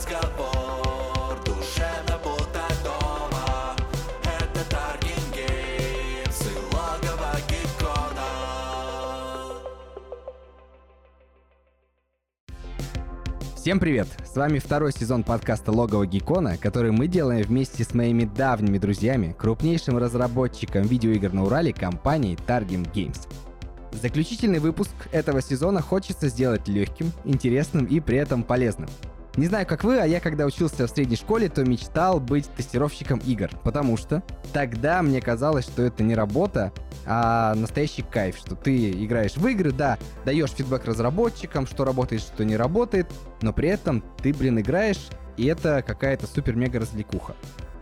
разговор, душевно будто дома. Это Target Games и логово Гикона. Всем привет! С вами второй сезон подкаста «Логово Гикона», который мы делаем вместе с моими давними друзьями, крупнейшим разработчиком видеоигр на Урале компанией Target Games. Заключительный выпуск этого сезона хочется сделать легким, интересным и при этом полезным. Не знаю, как вы, а я когда учился в средней школе, то мечтал быть тестировщиком игр, потому что тогда мне казалось, что это не работа, а настоящий кайф, что ты играешь в игры, да, даешь фидбэк разработчикам, что работает, что не работает, но при этом ты, играешь, и это какая-то супер-мега развлекуха.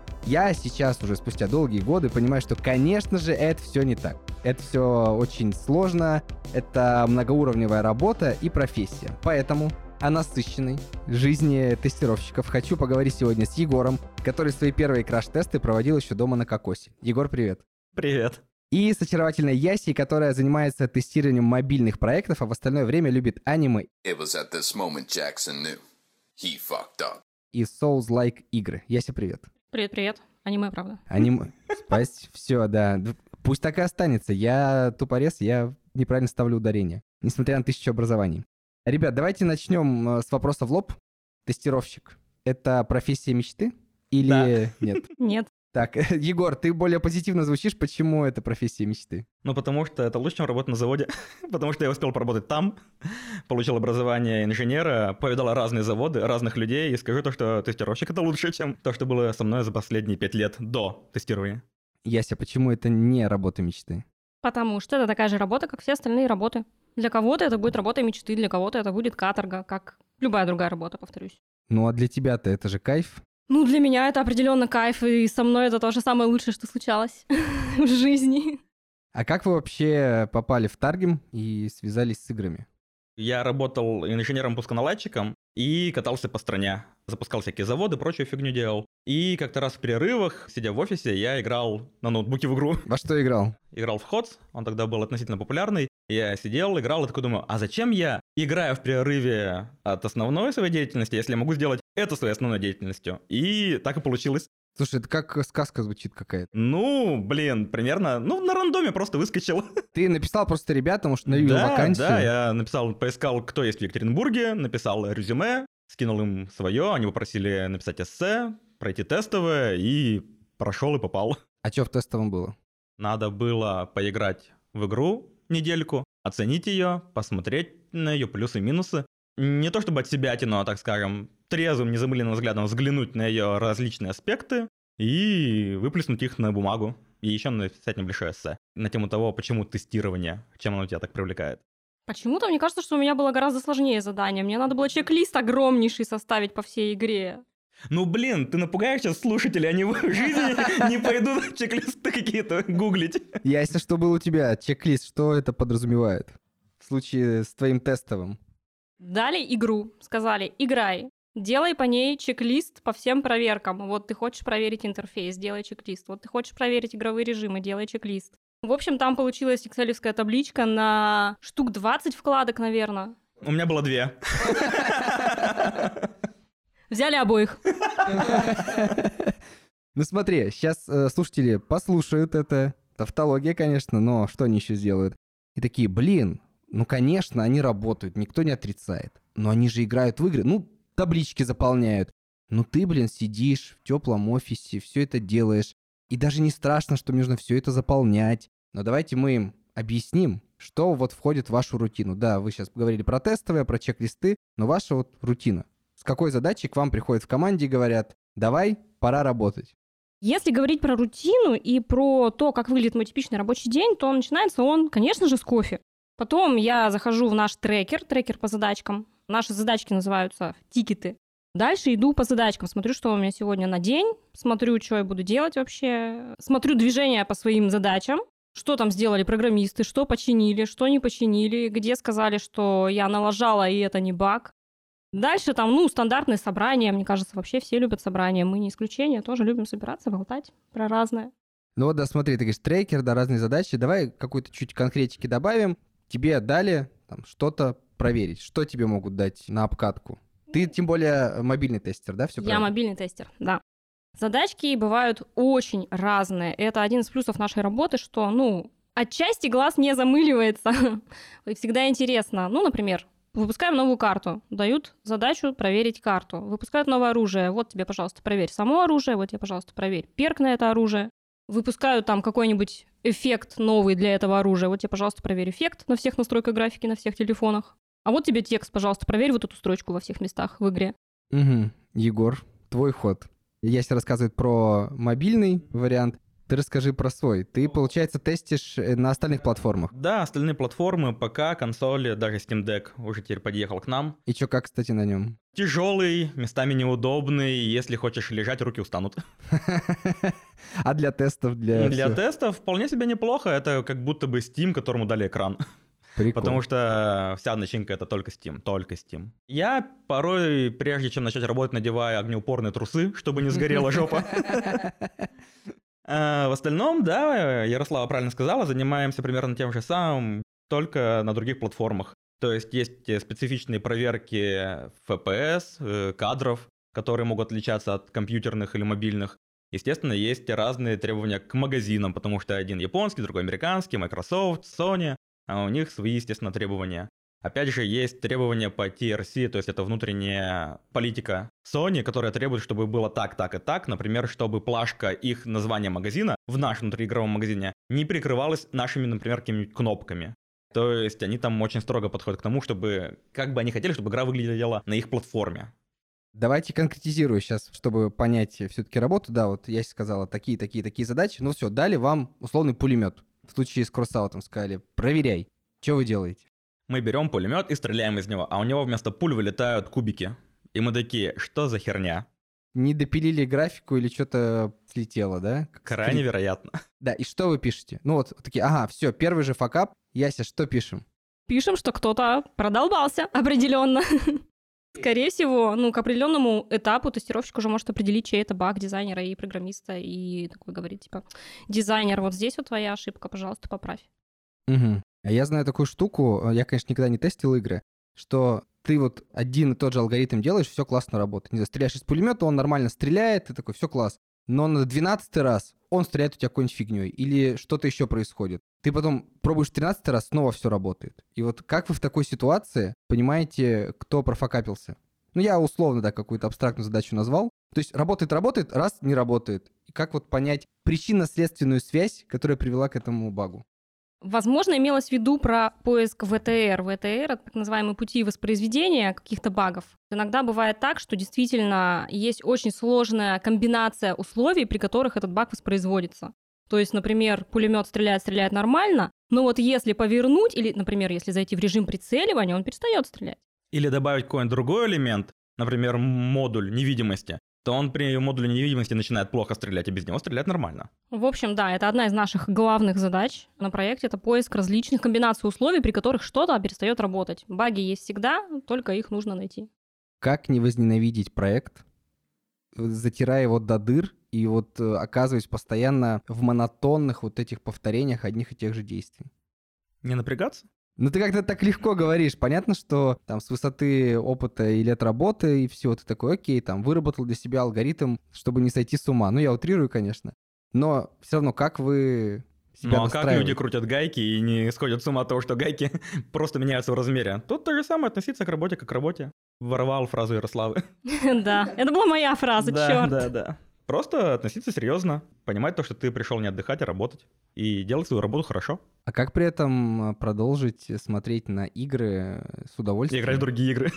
Я сейчас уже спустя долгие годы понимаю, что, конечно же, это все не так. Это все очень сложно, это многоуровневая работа и профессия. Поэтому о насыщенной жизни тестировщиков хочу поговорить сегодня с Егором, который свои первые краш-тесты проводил еще дома на Кокосе. Егор, привет. Привет. И с очаровательной Ясей, которая занимается тестированием мобильных проектов, а в остальное время любит аниме It was at this moment Jackson knew he fucked up. и Souls-like игры. Яся, привет. Привет-привет. Аниме, правда. Аниме. Спасибо. Все, да. Пусть так и останется. Я тупорез, я неправильно ставлю ударение, несмотря на 1000 образований. Ребят, давайте начнем с вопроса в лоб. Тестировщик — это профессия мечты или Да. нет? Нет. Так, Егор, ты более позитивно звучишь. Почему это профессия мечты? Ну, потому что это лучше, чем работать на заводе. Потому что я успел поработать там, получил образование инженера, повидал разные заводы, разных людей, и скажу то, что тестировщик — это лучше, чем то, что было со мной за последние 5 лет до тестирования. Яся, почему это не работа мечты? Потому что это такая же работа, как все остальные работы. Для кого-то это будет работа мечты, для кого-то это будет каторга, как любая другая работа, повторюсь. Ну а для тебя-то это же кайф. Ну, для меня это определенно кайф, и со мной это тоже самое лучшее, что случалось в жизни. А как вы вообще попали в Target и связались с играми? Я работал инженером-пусконаладчиком и катался по стране. Запускал всякие заводы, прочую фигню делал. И как-то раз в перерывах, сидя в офисе, я играл на ноутбуке в игру. Во что играл? Играл в HOTS, он тогда был относительно популярный. Я сидел, играл и такой думаю, а зачем я играю в перерыве от основной своей деятельности, если я могу сделать это своей основной деятельностью? И так и получилось. Слушай, это как сказка звучит какая-то. Ну, примерно, на рандоме просто выскочил. Ты написал просто ребятам, что объявил вакансию? Да, я написал, поискал, кто есть в Екатеринбурге, написал резюме, скинул им свое, они попросили написать эссе, пройти тестовое, и прошел и попал. А что в тестовом было? Надо было поиграть в игру недельку, оценить ее, посмотреть на ее плюсы и минусы. Не то чтобы от себя тяну, а, так скажем, трезвым, незамыленным взглядом взглянуть на ее различные аспекты и выплеснуть их на бумагу. И еще написать небольшое эссе на тему того, почему тестирование, чем оно тебя так привлекает. Почему-то мне кажется, что у меня было гораздо сложнее задание. Мне надо было чек-лист огромнейший составить по всей игре. Ты напугаешь сейчас слушателей, они в жизни не пойдут чек-листы какие-то гуглить. Яся, что был у тебя? Чек-лист, что это подразумевает? В случае с твоим тестовым. Дали игру, сказали, играй. Делай по ней чек-лист по всем проверкам. Вот ты хочешь проверить интерфейс, делай чек-лист. Вот ты хочешь проверить игровые режимы, делай чек-лист. В общем, там получилась экселевская табличка на штук 20 вкладок, наверное. У меня было 2. Взяли обоих. Ну смотри, сейчас слушатели послушают это. Тавтология, конечно, но что они еще сделают? И такие, ну конечно, они работают, никто не отрицает. Но они же играют в игры, таблички заполняют. Ну ты, сидишь в теплом офисе, все это делаешь. И даже не страшно, что нужно все это заполнять. Но давайте мы им объясним, что вот входит в вашу рутину. Да, вы сейчас говорили про тестовые, про чек-листы, но ваша вот рутина. С какой задачей к вам приходят в команде и говорят, давай, пора работать? Если говорить про рутину и про то, как выглядит мой типичный рабочий день, то начинается он, конечно же, с кофе. Потом я захожу в наш трекер по задачкам. Наши задачки называются тикеты. Дальше иду по задачкам, смотрю, что у меня сегодня на день, смотрю, что я буду делать вообще, смотрю движения по своим задачам, что там сделали программисты, что починили, что не починили, где сказали, что я налажала, и это не баг. Дальше там, стандартные собрания, мне кажется, вообще все любят собрания, мы не исключение, тоже любим собираться, болтать про разное. Ну вот, да, смотри, ты говоришь, трекер, да, разные задачи, давай какой-то чуть конкретики добавим. Тебе дали там что-то проверить, что тебе могут дать на обкатку? Ты тем более мобильный тестер, да? Все Я правильно? мобильный тестер, да. Задачки бывают очень разные. Это один из плюсов нашей работы, что, отчасти глаз не замыливается. И всегда интересно. Например, выпускаем новую карту, дают задачу проверить карту. Выпускают новое оружие, вот тебе, пожалуйста, проверь само оружие, вот тебе, пожалуйста, проверь перк на это оружие. Выпускают там какой-нибудь эффект новый для этого оружия, вот тебе, пожалуйста, проверь эффект на всех настройках графики, на всех телефонах. А вот тебе текст, пожалуйста, проверь вот эту строчку во всех местах в игре. Угу. Егор, твой ход. Если рассказывать про мобильный вариант, ты расскажи про свой. Ты, получается, тестишь на остальных платформах. Да, остальные платформы, ПК, консоли, даже Steam Deck уже теперь подъехал к нам. И чё, как, кстати, на нем? Тяжелый, местами неудобный, если хочешь лежать, руки устанут. А для тестов? Для тестов вполне себе неплохо, это как будто бы Steam, которому дали экран. Прикол. Потому что вся начинка — это только Steam. Я порой, прежде чем начать работать, надеваю огнеупорные трусы, чтобы не сгорела жопа. В остальном, да, Ярослава правильно сказала, занимаемся примерно тем же самым, только на других платформах. То есть специфичные проверки FPS, кадров, которые могут отличаться от компьютерных или мобильных. Естественно, есть разные требования к магазинам, потому что один японский, другой американский, Microsoft, Sony, а у них свои, естественно, требования. Опять же, есть требования по TRC, то есть это внутренняя политика Sony, которая требует, чтобы было так, так и так. Например, чтобы плашка их названия магазина в нашем внутриигровом магазине не прикрывалась нашими, например, какими-нибудь кнопками. То есть они там очень строго подходят к тому, чтобы, как бы они хотели, чтобы игра выглядела на их платформе. Давайте конкретизирую сейчас, чтобы понять все-таки работу. Да, вот я сказала, такие задачи. Ну все, дали вам условный пулемет. В случае с кроссаутом сказали, проверяй. Что вы делаете? Мы берем пулемет и стреляем из него, а у него вместо пуль вылетают кубики. И мы такие, что за херня? Не допилили графику или что-то слетело, да? Крайне вероятно. Да, и что вы пишете? Ну вот такие, ага, все, первый же факап. Яся, что пишем? Пишем, что кто-то продолбался определенно. Скорее всего, к определенному этапу тестировщик уже может определить, чей это баг дизайнера и программиста, и такой говорит, типа, дизайнер, вот здесь вот твоя ошибка, пожалуйста, поправь. Угу. А я знаю такую штуку, я, конечно, никогда не тестил игры, что ты вот один и тот же алгоритм делаешь, все классно работает. Не знаю, стреляешь из пулемета, он нормально стреляет, ты такой, все класс. Но на 12-й раз он стреляет у тебя какой-нибудь фигней, или что-то еще происходит. Ты потом пробуешь 13-й раз, снова все работает. И вот как вы в такой ситуации понимаете, кто профокапился? Я условно, да, какую-то абстрактную задачу назвал. То есть работает, раз не работает. И как вот понять причинно-следственную связь, которая привела к этому багу? Возможно, имелось в виду про поиск ВТР. ВТР — это так называемые пути воспроизведения каких-то багов. Иногда бывает так, что действительно есть очень сложная комбинация условий, при которых этот баг воспроизводится. То есть, например, пулемет стреляет нормально, но вот если повернуть, или, например, если зайти в режим прицеливания, он перестает стрелять. Или добавить какой-нибудь другой элемент, например, модуль невидимости, то он при модуле невидимости начинает плохо стрелять, и без него стрелять нормально. В общем, да, это одна из наших главных задач на проекте, это поиск различных комбинаций условий, при которых что-то перестает работать. Баги есть всегда, только их нужно найти. Как не возненавидеть проект, затирая его до дыр и вот оказываясь постоянно в монотонных вот этих повторениях одних и тех же действий? Не напрягаться? Ты как-то так легко говоришь. Понятно, что там с высоты опыта и лет работы и всего ты такой, окей, там выработал для себя алгоритм, чтобы не сойти с ума. Я утрирую, конечно. Но все равно, как вы себя Ну а как люди крутят гайки и не сходят с ума от того, что гайки просто меняются в размере? Тут то же самое, относиться к работе как к работе. Ворвал фразу Ярославы. Да, это была моя фраза, черт. Да. Просто относиться серьезно, понимать то, что ты пришел не отдыхать, а работать. И делать свою работу хорошо. А как при этом продолжить смотреть на игры с удовольствием? И играть в другие игры.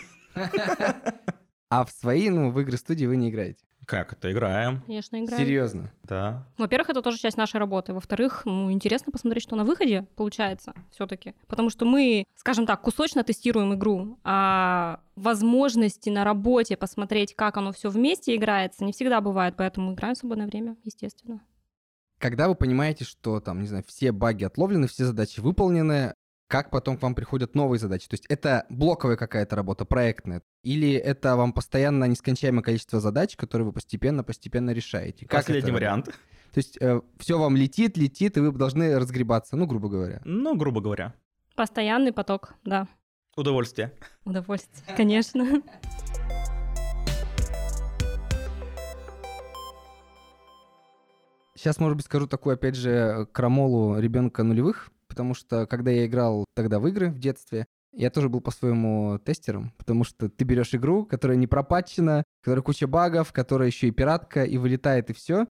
А в свои, в игры-студии вы не играете? Как это? Играем. Конечно, играем. Серьезно? Да. Во-первых, это тоже часть нашей работы. Во-вторых, интересно посмотреть, что на выходе получается все-таки. Потому что мы, скажем так, кусочно тестируем игру, а возможности на работе посмотреть, как оно все вместе играется, не всегда бывает, поэтому играем в свободное время, естественно. Когда вы понимаете, что там, не знаю, все баги отловлены, все задачи выполнены, как потом к вам приходят новые задачи? То есть это блоковая какая-то работа, проектная? Или это вам постоянно нескончаемое количество задач, которые вы постепенно решаете? Последний вариант. То есть все вам летит, и вы должны разгребаться, грубо говоря. Грубо говоря. Постоянный поток, да. Удовольствие. Удовольствие, конечно. Сейчас, может быть, скажу такую, опять же, крамолу ребенка нулевых, потому что, когда я играл тогда в игры в детстве, я тоже был по-своему тестером, потому что ты берешь игру, которая не пропатчена, которая куча багов, которая еще и пиратка, и вылетает, и все.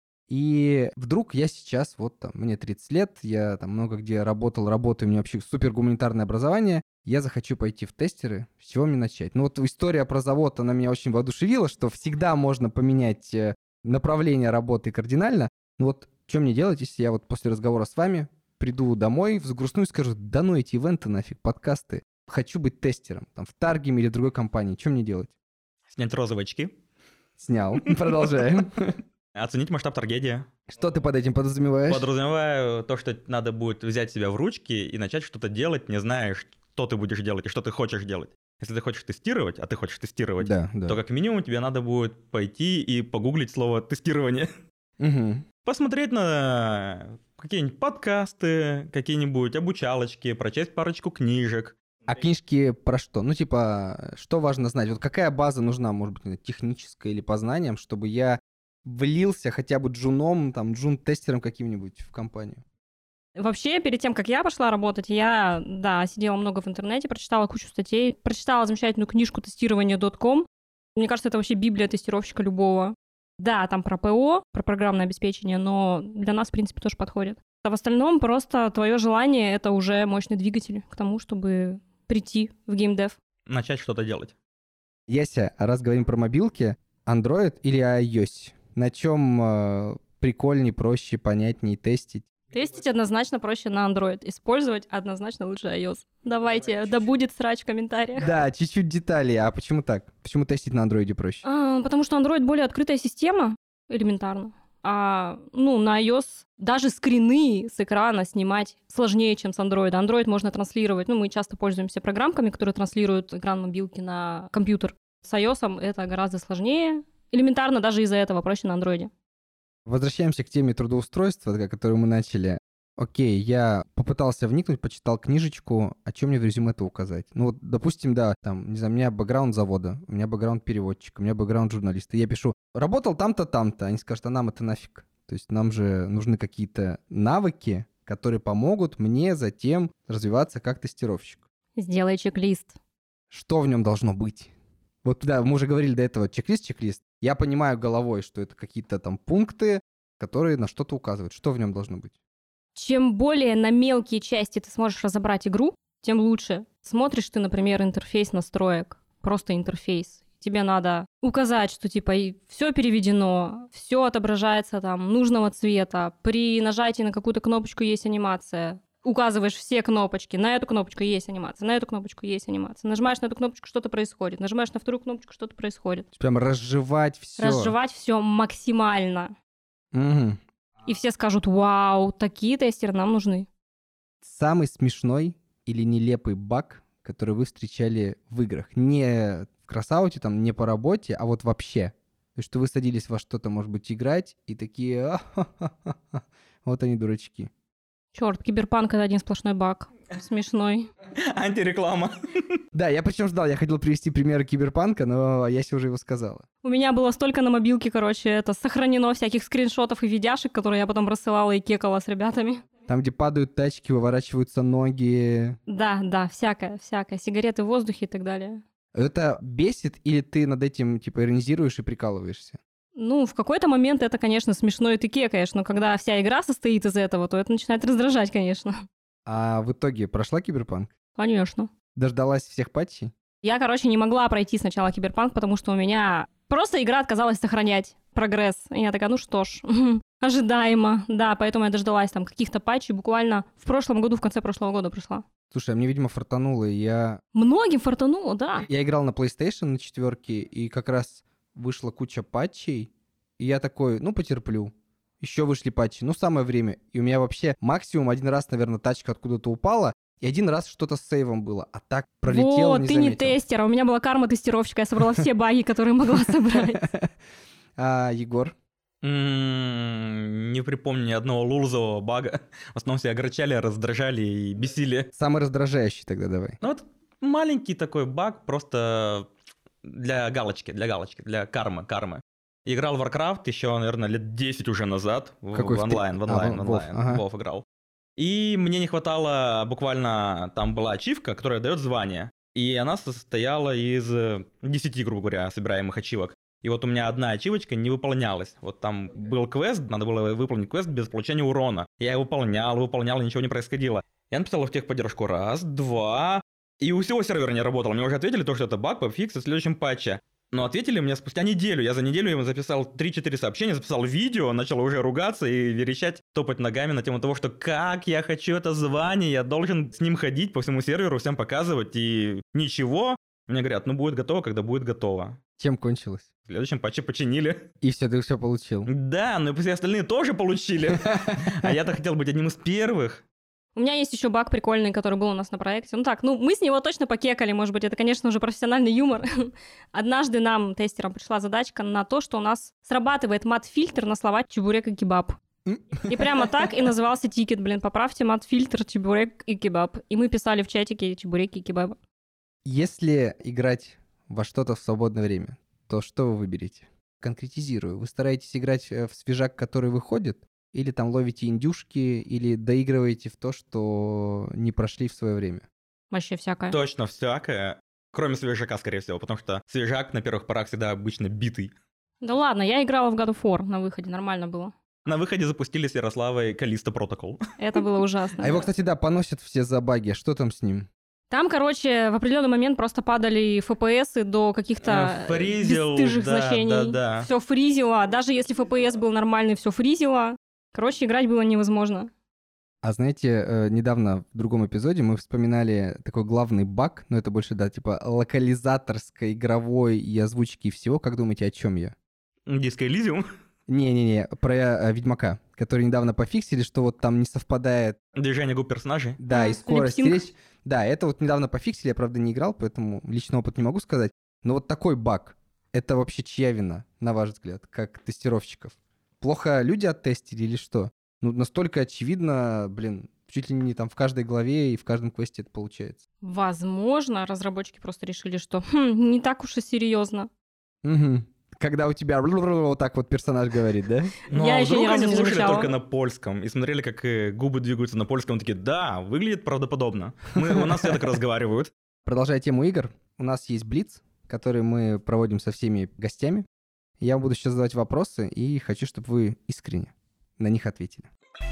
И вдруг я сейчас, вот там, мне 30 лет, я там много где работаю, у меня вообще супер гуманитарное образование, я захочу пойти в тестеры, с чего мне начать? Ну вот история про завод, она меня очень воодушевила, что всегда можно поменять направление работы кардинально. Ну вот что мне делать, если я вот после разговора с вами приду домой, взгрустну и скажу, да ну эти ивенты нафиг, подкасты, хочу быть тестером, там, в Таргиме или другой компании, что мне делать? Снять розовые очки. Снял, продолжаем. Оценить масштаб трагедии. Что ты под этим подразумеваешь? Подразумеваю то, что надо будет взять себя в ручки и начать что-то делать, не зная, что ты будешь делать и что ты хочешь делать. Если ты хочешь тестировать, а ты хочешь тестировать, Да. то как минимум тебе надо будет пойти и погуглить слово «тестирование». Угу. Посмотреть на какие-нибудь подкасты, какие-нибудь обучалочки, прочесть парочку книжек. А книжки про что? Ну, типа, что важно знать? Вот какая база нужна, может быть, техническая или по знаниям, чтобы я влился хотя бы джуном, там, джун-тестером каким-нибудь в компанию? Вообще, перед тем, как я пошла работать, я, сидела много в интернете, прочитала кучу статей, прочитала замечательную книжку тестирование.com. Мне кажется, это вообще библия тестировщика любого. Да, там про ПО, про программное обеспечение, но для нас, в принципе, тоже подходит. А в остальном просто твое желание — это уже мощный двигатель к тому, чтобы прийти в геймдев. Начать что-то делать. Яся, а раз говорим про мобилки, Android или iOS? На чем прикольнее, проще, понятнее тестить? Тестить однозначно проще на Android, использовать однозначно лучше iOS. Давайте, да будет срач в комментариях. Да, чуть-чуть деталей. А почему так? Почему тестить на Android проще? Потому что Android более открытая система, элементарно. А, на iOS даже скрины с экрана снимать сложнее, чем с Android. Android можно транслировать. Мы часто пользуемся программками, которые транслируют экран мобилки на компьютер. С iOS это гораздо сложнее. Элементарно даже из-за этого проще на Android. Возвращаемся к теме трудоустройства, которую мы начали. Окей, я попытался вникнуть, почитал книжечку, о чем мне в резюме-то указать. Ну вот, допустим, там, не знаю, у меня бэкграунд завода, у меня бэкграунд переводчика, у меня бэкграунд журналиста. Я пишу, работал там-то, там-то. Они скажут, а нам это нафиг. То есть нам же нужны какие-то навыки, которые помогут мне затем развиваться как тестировщик. Сделай чек-лист. Что в нем должно быть? Вот, да, мы уже говорили до этого, чек-лист. Я понимаю головой, что это какие-то там пункты, которые на что-то указывают. Что в нем должно быть? Чем более на мелкие части ты сможешь разобрать игру, тем лучше. Смотришь ты, например, интерфейс настроек, просто интерфейс. Тебе надо указать, что типа все переведено, все отображается там нужного цвета. При нажатии на какую-то кнопочку есть анимация. Указываешь все кнопочки. На эту кнопочку есть анимация, на эту кнопочку есть анимация. Нажимаешь на эту кнопочку, что-то происходит. Нажимаешь на вторую кнопочку, что-то происходит. Прям разжевать все. Разжевать все максимально. Угу. И все скажут, вау, такие тестеры нам нужны. Самый смешной или нелепый баг, который вы встречали в играх? Не в Кросауте, там, не по работе, а вот вообще. То есть, что вы садились во что-то, может быть, играть, и такие, вот они, дурачки. Черт, Киберпанк — это один сплошной баг. Смешной. Антиреклама. Да, я причем ждал, я хотел привести примеры Киберпанка, но Яся уже его сказала. У меня было столько на мобилке, это сохранено всяких скриншотов и видяшек, которые я потом рассылала и кекала с ребятами. Там, где падают тачки, выворачиваются ноги. Да, всякое. Сигареты в воздухе и так далее. Это бесит или ты над этим, типа, иронизируешь и прикалываешься? В какой-то момент это, конечно, смешно, и ты кекаешь, но когда вся игра состоит из этого, то это начинает раздражать, конечно. А в итоге прошла Киберпанк? Конечно. Дождалась всех патчей? Я, не могла пройти сначала Киберпанк, потому что у меня просто игра отказалась сохранять прогресс. И я такая, ну что ж, ожидаемо. Да, поэтому я дождалась там каких-то патчей. Буквально в прошлом году, в конце прошлого года пришла. Слушай, а мне, видимо, фартануло, и я... Многим фартануло, да. Я играл на PlayStation на 4, и как раз вышла куча патчей, и я такой, потерплю. Еще вышли патчи, самое время. И у меня вообще максимум один раз, наверное, тачка откуда-то упала, и один раз что-то с сейвом было, а так пролетело, вот, не ты заметил. не тестер, а у меня была карма тестировщика, я собрала все баги, которые могла собрать. А Егор? Не припомню ни одного лулзового бага. В основном все огорчали, раздражали и бесили. Самый раздражающий тогда давай. Вот маленький такой баг, просто для галочки, для кармы. Играл в Warcraft еще, наверное, лет 10 уже назад. Какой в онлайн. WoW, ага. WoW играл. И мне не хватало, буквально, там была ачивка, которая дает звание. И она состояла из 10, грубо говоря, собираемых ачивок. И вот у меня одна ачивочка не выполнялась. Вот там был квест, надо было выполнить квест без получения урона. Я его выполнял, ничего не происходило. Я написал в техподдержку 1, 2, и у всего сервера не работало. Мне уже ответили, что это баг, пофикс в следующем патче. Но ответили мне спустя неделю. Я за неделю ему записал 3-4 сообщения, записал видео, начал уже ругаться и верещать, топать ногами на тему того, что как я хочу это звание, я должен с ним ходить по всему серверу, всем показывать, и ничего. Мне говорят, будет готово, когда будет готово. Чем кончилось? В следующем патче починили. И все, ты все получил. Да, но и все остальные тоже получили. А я-то хотел быть одним из первых. У меня есть еще баг прикольный, который был у нас на проекте. Мы с него точно покекали, может быть, это, конечно, уже профессиональный юмор. Однажды нам, тестерам, пришла задачка на то, что у нас срабатывает мат-фильтр на слова «чебурек» и «кебаб». И прямо так и назывался тикет, поправьте мат-фильтр «чебурек» и «кебаб». И мы писали в чатике «чебуреки» и «кебабы». Если играть во что-то в свободное время, то что вы выберете? Конкретизирую. Вы стараетесь играть в свежак, который выходит? Или там ловите индюшки, или доигрываете в то, что не прошли в свое время? Вообще всякое. Точно всякое. Кроме свежака, скорее всего, потому что свежак на первых порах всегда обычно битый. Да ладно, я играла в God of War на выходе, нормально было. На выходе запустили с Ярославой Callisto Protocol. Это было ужасно. А его, кстати, поносят все за баги. Что там с ним? Там, в определенный момент просто падали FPS до каких-то бесстыжих значений. Да. Все фризило. Даже если FPS был нормальный, все фризило. Играть было невозможно. А знаете, недавно в другом эпизоде мы вспоминали такой главный баг, но это больше, локализаторской, игровой и озвучки и всего. Как думаете, о чем я? Disco Elysium? Не-не-не, про Ведьмака, который недавно пофиксили, что вот там не совпадает... Движение губ персонажей? Да, и скорость речи. Да, это вот недавно пофиксили, я, правда, не играл, поэтому личный опыт не могу сказать. Но вот такой баг, это вообще чья вина, на ваш взгляд, как тестировщиков? Плохо люди оттестили или что? Настолько очевидно, чуть ли не там в каждой главе и в каждом квесте это получается. Возможно, разработчики просто решили, что не так уж и серьезно. Угу. Когда у тебя вот так вот персонаж говорит, да? Я еще ни разу не слушали замечала. только на польском и смотрели, как губы двигаются на польском, такие, да, выглядит правдоподобно. У нас все так разговаривают. Продолжая тему игр, у нас есть блиц, который мы проводим со всеми гостями. Я буду сейчас задавать вопросы, и хочу, чтобы вы искренне на них ответили.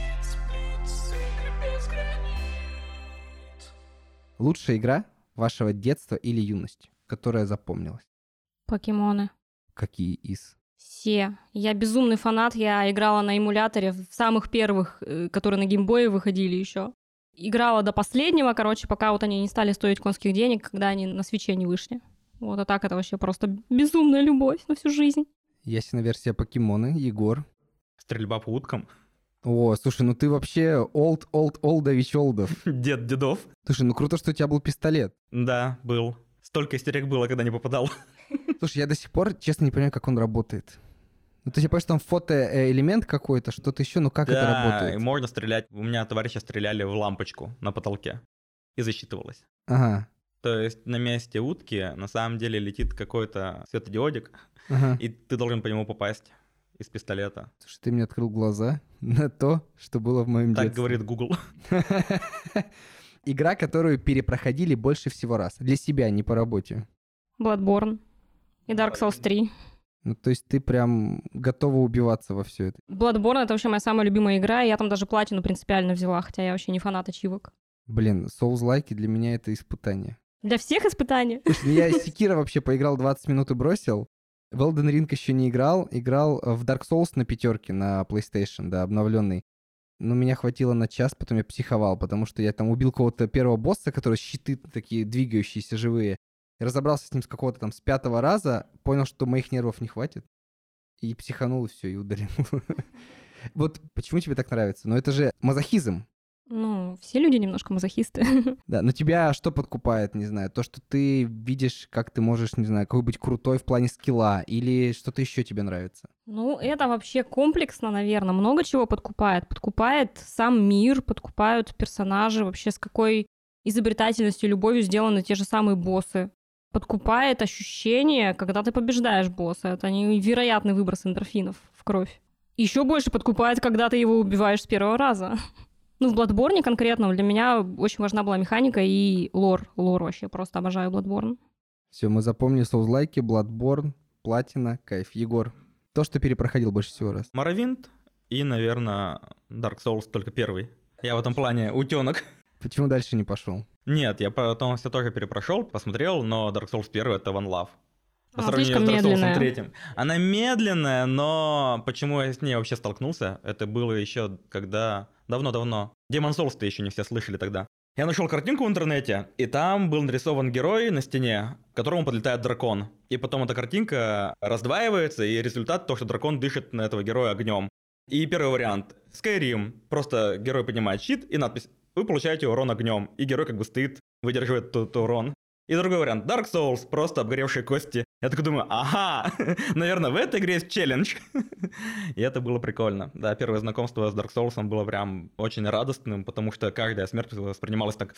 Лучшая игра вашего детства или юности, которая запомнилась? Покемоны. Какие из? Все. Я безумный фанат, я играла на эмуляторе в самых первых, которые на геймбое выходили еще. Играла до последнего, пока вот они не стали стоить конских денег, когда они на свитче не вышли. Вот, а так это вообще просто безумная любовь на всю жизнь. Ясная версия покемоны, Егор. Стрельба по уткам. О, слушай, ты вообще олдович олдов. Дед дедов. Слушай, круто, что у тебя был пистолет. Да, был. Столько истерик было, когда не попадал. Слушай, я до сих пор, честно, не понимаю, как он работает. То есть я понимаю, что там фотоэлемент какой-то, что-то еще, как это работает? Да, и можно стрелять. У меня товарищи стреляли в лампочку на потолке. И засчитывалось. Ага. То есть на месте утки на самом деле летит какой-то светодиодик, и ты должен по нему попасть из пистолета. Слушай, ты мне открыл глаза на то, что было в моем детстве. Так говорит Google. Игра, которую перепроходили больше всего раз. Для себя, не по работе. Bloodborne и Dark Souls 3. То есть ты прям готова убиваться во все это. Bloodborne — это вообще моя самая любимая игра, и я там даже платину принципиально взяла, хотя я вообще не фанат ачивок. Souls-лайки для меня это испытание. Для всех испытания? Слушай, я Sekiro вообще поиграл 20 минут и бросил. В Elden Ring еще не играл. Играл в Dark Souls на 5 на PlayStation, да, обновленный. Но меня хватило на час, потом я психовал, потому что я там убил какого-то первого босса, который щиты такие двигающиеся, живые. Разобрался с ним с какого-то там с 5-го раза, понял, что моих нервов не хватит. И психанул, и все, и ударил. Вот почему тебе так нравится? Но это же мазохизм. Все люди немножко мазохисты. Да, но тебя что подкупает, не знаю, то, что ты видишь, как ты можешь, не знаю, какой быть крутой в плане скилла, или что-то еще тебе нравится? Это вообще комплексно, наверное, много чего подкупает. Подкупает сам мир, подкупают персонажи, вообще с какой изобретательностью и любовью сделаны те же самые боссы. подкупает ощущение, когда ты побеждаешь босса. Это невероятный выброс эндорфинов в кровь. Еще больше подкупает, когда ты его убиваешь с первого раза. Ну, в Bloodborne конкретно для меня очень важна была механика и лор. Лор вообще, просто обожаю Bloodborne. Все, мы запомнили соузлайки, Bloodborne, Платина, кайф. Егор, то, что перепроходил больше всего раз. Morrowind и, наверное, Dark Souls только первый. Я в этом плане утенок. Почему дальше не пошел? Нет, я потом все тоже перепрошел, посмотрел, но Dark Souls 1 это One Love. По сравнению слишком с Dark Souls медленная. 3. Она медленная, но почему я с ней вообще столкнулся? Это было еще когда... Давно-давно. Demon Souls-то еще не все слышали тогда. Я нашел картинку в интернете, и там был нарисован герой на стене, к которому подлетает дракон. И потом эта картинка раздваивается, и результат то, что дракон дышит на этого героя огнем. И первый вариант. Skyrim. Просто герой поднимает щит, и надпись «Вы получаете урон огнем». И герой как бы стоит, выдерживает тот урон. И другой вариант. Dark Souls. Просто обгоревшие кости. Я такой думаю, ага, наверное, в этой игре есть челлендж. И это было прикольно. Да, первое знакомство с Dark Souls было прям очень радостным, потому что каждая смерть воспринималась так,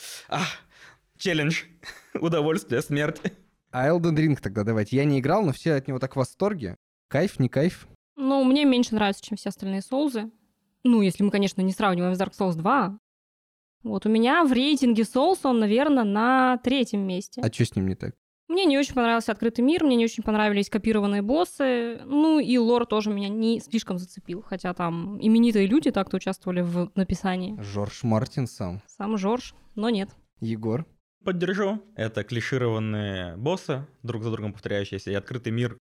челлендж, удовольствие, смерть. А Elden Ring тогда давайте. Я не играл, но все от него так в восторге. Кайф, не кайф? Ну, мне меньше нравится, чем все остальные соузы. Ну, если мы, конечно, не сравниваем с Dark Souls 2. Вот у меня в рейтинге Souls он, наверное, на 3-м месте. А что с ним не так? Мне не очень понравился открытый мир, мне не очень понравились копированные боссы. Ну, и лор тоже меня не слишком зацепил. Хотя там именитые люди так-то участвовали в написании. Жорж Мартин сам. Сам Жорж, но нет. Егор? Поддержу. Это клишированные боссы, друг за другом повторяющиеся, и открытый мир,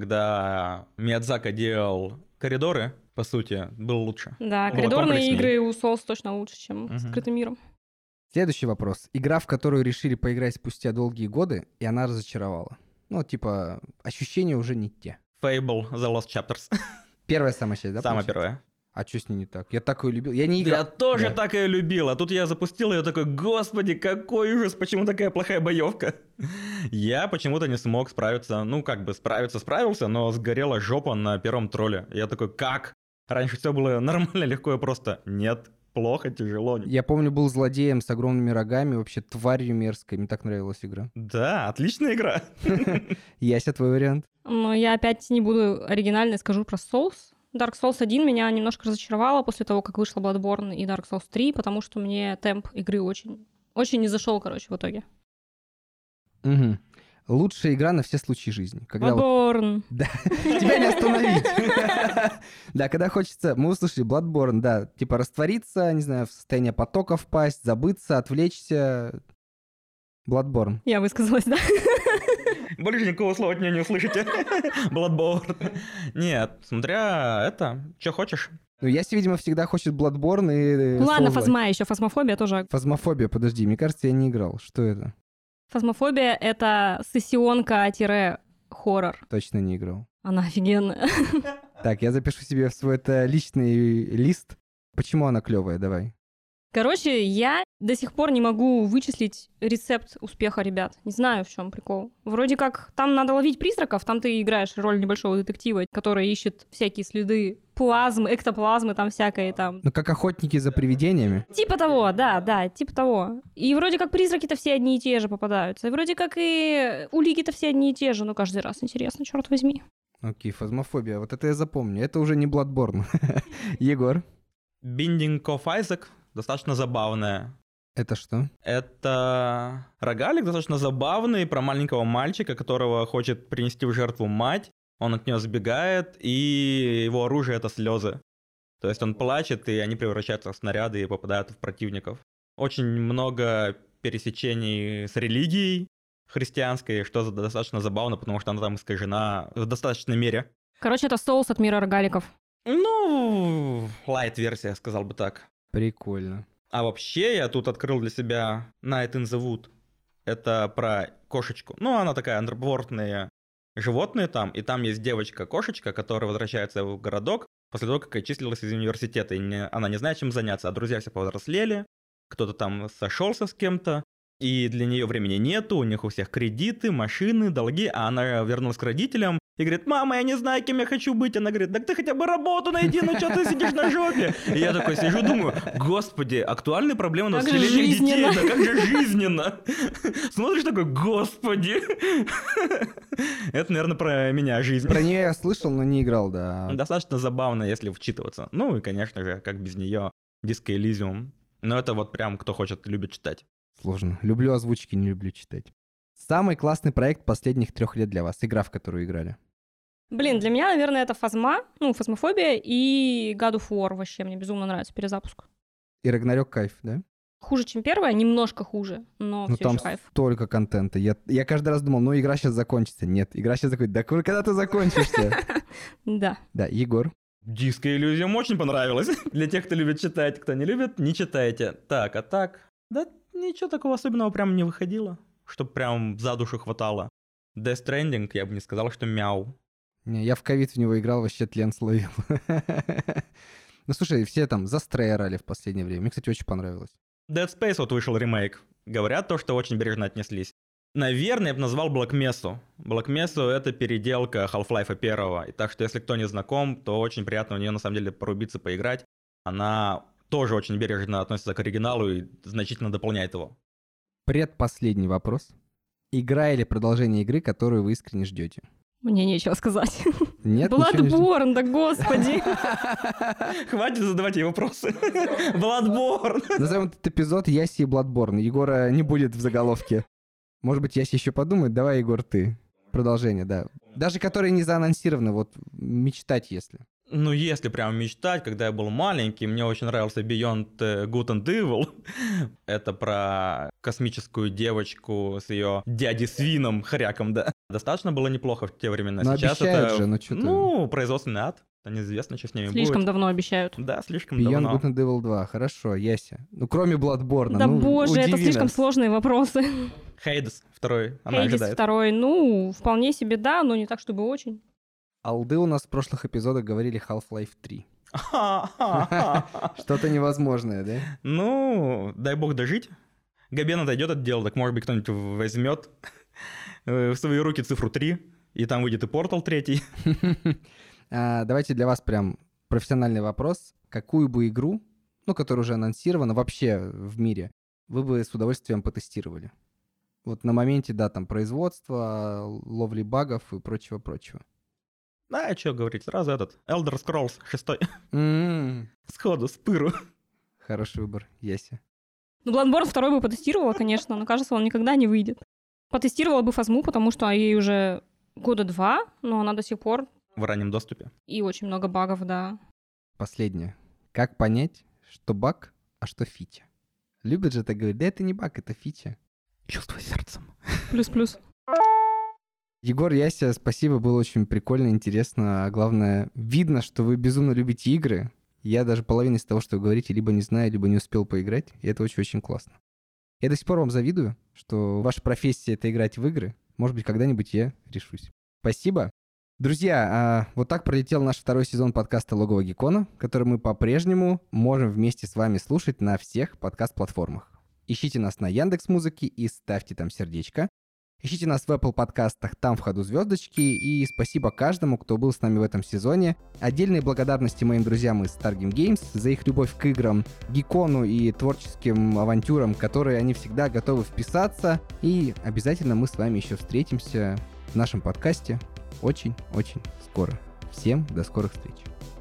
когда Миядзака делал коридоры, по сути, был лучше. Да, Было коридорные комплексней. игры у Souls точно лучше, чем с открытым миром. Следующий вопрос. Игра, в которую решили поиграть спустя долгие годы, и она разочаровала. Ну, типа, ощущения уже не те. Fable The Lost Chapters. Первая самая часть, да? Самая получается? первая. А что с ней не так? Я так ее любил. Я не играл. Я тоже Да. так ее любил, а тут я запустил ее такой, господи, какой ужас, почему такая плохая боевка? Я почему-то не смог справиться, ну как бы справился, но сгорела жопа на первом тролле. Я такой, как? Раньше все было нормально, легко и просто. Нет, плохо, тяжело. Я помню, был злодеем с огромными рогами, вообще тварью мерзкой. Мне так нравилась игра. Да, отличная игра. Яся, твой вариант? Но я опять не буду оригинальной, скажу про Souls. Dark Souls 1 меня немножко разочаровала после того, как вышла Bloodborne и Dark Souls 3, потому что мне темп игры очень не зашел, короче, в итоге. Угу. Лучшая игра на все случаи жизни. Когда вот- Bloodborne. Да, тебя не остановить. Да, когда хочется... Мы услышали Bloodborne, да, типа раствориться, не знаю, в состояние потока впасть, забыться, отвлечься. Bloodborne. Я высказалась, да? Больше никакого слова от меня не услышите. Bloodborne. Нет, смотря это, что хочешь. Ну, Яся, видимо, всегда хочет Bloodborne и... Ну ладно, Souls-like. фазма еще, фазмофобия тоже. Фазмофобия, подожди, мне кажется, я не играл. Что это? Фазмофобия — это сессионка-хоррор. Точно не играл. Она офигенная. Так, я запишу себе в свой это личный лист. Почему она клевая? Давай. Короче, я до сих пор не могу вычислить рецепт успеха ребят. Не знаю, в чем прикол. Вроде как там надо ловить призраков, там ты играешь роль небольшого детектива, который ищет всякие следы плазмы, эктоплазмы, там всякое там. Ну, как охотники за привидениями. Типа того, да, типа того. И вроде как призраки-то все одни и те же попадаются. И вроде как и улики-то все одни и те же. Ну, каждый раз интересно, черт возьми. Окей, фазмофобия. Вот это я запомню. Это уже не Bloodborne. Егор. Binding of Isaac достаточно забавная. Это что? Это рогалик достаточно забавный про маленького мальчика, которого хочет принести в жертву мать. Он от нее сбегает, и его оружие — это слезы. То есть он плачет, и они превращаются в снаряды и попадают в противников. Очень много пересечений с религией христианской, что достаточно забавно, потому что она там искажена в достаточной мере. Короче, это соус от мира рогаликов. Ну, лайт-версия, сказал бы так. Прикольно. А вообще я тут открыл для себя Night in the Wood. Это про кошечку. Ну, она такая антропоморфная животные там, и там есть девочка-кошечка, которая возвращается в городок после того, как отчислилась из университета, и она не знает, чем заняться, а друзья все повзрослели, кто-то там сошелся с кем-то, И для нее времени нету, у них у всех кредиты, машины, долги, а она вернулась к родителям и говорит: мама, я не знаю, кем я хочу быть. Она говорит: так ты хотя бы работу найди, ну что ты сидишь на жопе? И я такой сижу, думаю: господи, актуальные проблемы 20-летних детей, да как же жизненно. Смотришь такой: господи. Это, наверное, про меня жизнь. Про нее я слышал, но не играл, да. Достаточно забавно, если вчитываться. Ну и, конечно же, как без нее, Disco Elysium. Но это вот прям кто хочет, любит читать. Сложно. Люблю озвучки, не люблю читать. Самый классный проект последних 3 лет для вас. Игра, в которую играли. Блин, для меня, наверное, это Фазмофобия и God of War вообще. Мне безумно нравится перезапуск. И Рагнарёк кайф, да? Хуже, чем первая, немножко хуже, но Ну все там еще кайф. столько контента. Я каждый раз думал, игра сейчас закончится. Нет, игра сейчас закончится. Да когда ты закончишься? Да. Да, Егор. Disco Elysium очень понравилось. Для тех, кто любит читать, кто не любит, не читайте. Так, а так... Да ничего такого особенного прям не выходило, чтоб прям за душу хватало. Death Stranding, я бы не сказал, что мяу. Не, я в ковид в него играл, вообще тлен словил. Ну, слушай, все там за Stray орали в последнее время. Мне, кстати, очень понравилось. Dead Space вот вышел ремейк. Говорят то, что очень бережно отнеслись. Наверное, я бы назвал Black Mesa. Black Mesa — это переделка Half-Life 1. И так что, если кто не знаком, то очень приятно в нее, на самом деле, порубиться, поиграть. Она тоже очень бережно относится к оригиналу и значительно дополняет его. Предпоследний вопрос. Игра или продолжение игры, которую вы искренне ждете? Мне нечего сказать. Нет, ничего не ждете? Bloodborne, да господи. Хватит задавать ей вопросы. Bloodborne. Назовем этот эпизод Яси и Bloodborne. Егора не будет в заголовке. Может быть, Яси еще подумает. Давай, Егор, ты. Продолжение, да. Даже которые не заанонсированы, вот мечтать если. Ну, если прям мечтать, когда я был маленький, мне очень нравился Beyond Good and Evil. Это про космическую девочку с ее дядей Свином, хряком, да. Достаточно было неплохо в те времена. Но сейчас обещают это, же, ну что ты. ну, производственный ад. Неизвестно, что с ними Слишком будет. давно обещают. Да, слишком Beyond давно. Good and Evil 2. Хорошо, Яся. Ну, кроме Bloodborne. Да ну, боже, это удиви слишком нас. сложные вопросы. Хейдес второй, она Хейдис ожидает. второй, ну, вполне себе да, но не так, чтобы очень. Алды у нас в прошлых эпизодах говорили Half-Life 3. Что-то невозможное, да? Ну, дай бог дожить. Габена дойдет это дело, так может быть кто-нибудь возьмет в свои руки цифру 3, и там выйдет и Portal 3. Давайте для вас прям профессиональный вопрос. Какую бы игру, ну, которая уже анонсирована вообще в мире, вы бы с удовольствием потестировали? Вот на моменте, да, там, производства, ловли багов и прочего-прочего. А, что говорить, сразу этот, Elder Scrolls 6. М-м, Сходу, с пыру. Хороший выбор, Яся. Ну, Bloodborne второй бы потестировала, конечно, но кажется, он никогда не выйдет. Потестировала бы Фазму, потому что ей уже 2 года, но она до сих пор В раннем доступе. и очень много багов, да. Последнее. Как понять, что баг, а что фича? Любят же так говорить, да это не баг, это фича. Чувствуй сердцем. Плюс-плюс. Егор, Яся, спасибо, было очень прикольно, интересно, а главное, видно, что вы безумно любите игры. Я даже половину из того, что вы говорите, либо не знаю, либо не успел поиграть, и это очень-очень классно. Я до сих пор вам завидую, что ваша профессия — это играть в игры. Может быть, когда-нибудь я решусь. Спасибо. Друзья, вот так пролетел наш 2-й сезон подкаста «Логово Гикона», который мы по-прежнему можем вместе с вами слушать на всех подкаст-платформах. Ищите нас на Яндекс.Музыке и ставьте там сердечко. Ищите нас в Apple подкастах, там в ходу звездочки. И спасибо каждому, кто был с нами в этом сезоне. Отдельные благодарности моим друзьям из Targim Games за их любовь к играм, гикону и творческим авантюрам, которые они всегда готовы вписаться. И обязательно мы с вами еще встретимся в нашем подкасте очень-очень скоро. Всем до скорых встреч.